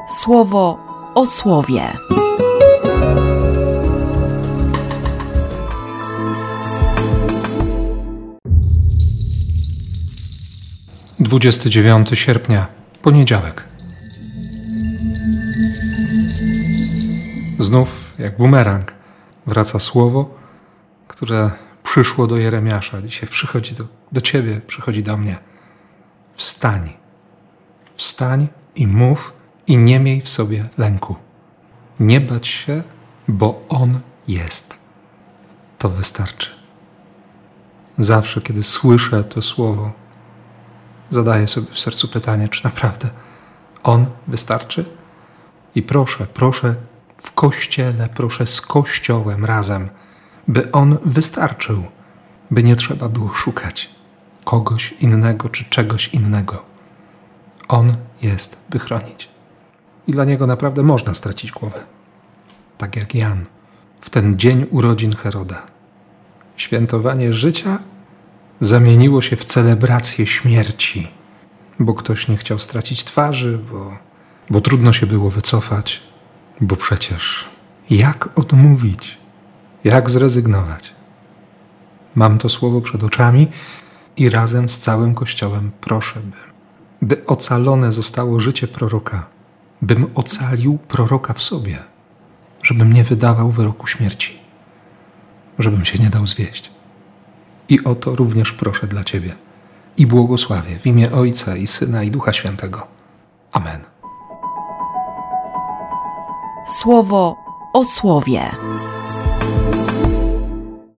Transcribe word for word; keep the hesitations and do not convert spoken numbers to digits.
Słowo o słowie. dwudziestego dziewiątego sierpnia, poniedziałek. Znów, jak bumerang, wraca słowo, które przyszło do Jeremiasza. Dzisiaj przychodzi do, do ciebie, przychodzi do mnie. Wstań. Wstań i mów i nie miej w sobie lęku. Nie bać się, bo On jest. To wystarczy. Zawsze, kiedy słyszę to słowo, zadaję sobie w sercu pytanie, czy naprawdę On wystarczy? I proszę, proszę w Kościele, proszę z Kościołem razem, by On wystarczył, by nie trzeba było szukać kogoś innego czy czegoś innego. On jest, by chronić. I dla Niego naprawdę można stracić głowę. Tak jak Jan w ten dzień urodzin Heroda. Świętowanie życia zamieniło się w celebrację śmierci, bo ktoś nie chciał stracić twarzy, bo, bo trudno się było wycofać, bo przecież jak odmówić, jak zrezygnować? Mam to słowo przed oczami i razem z całym Kościołem proszę, by, by ocalone zostało życie proroka, bym ocalił proroka w sobie, żebym nie wydawał wyroku śmierci, żebym się nie dał zwieść. I o to również proszę dla Ciebie. I błogosławię w imię Ojca i Syna i Ducha Świętego. Amen. Słowo o słowie.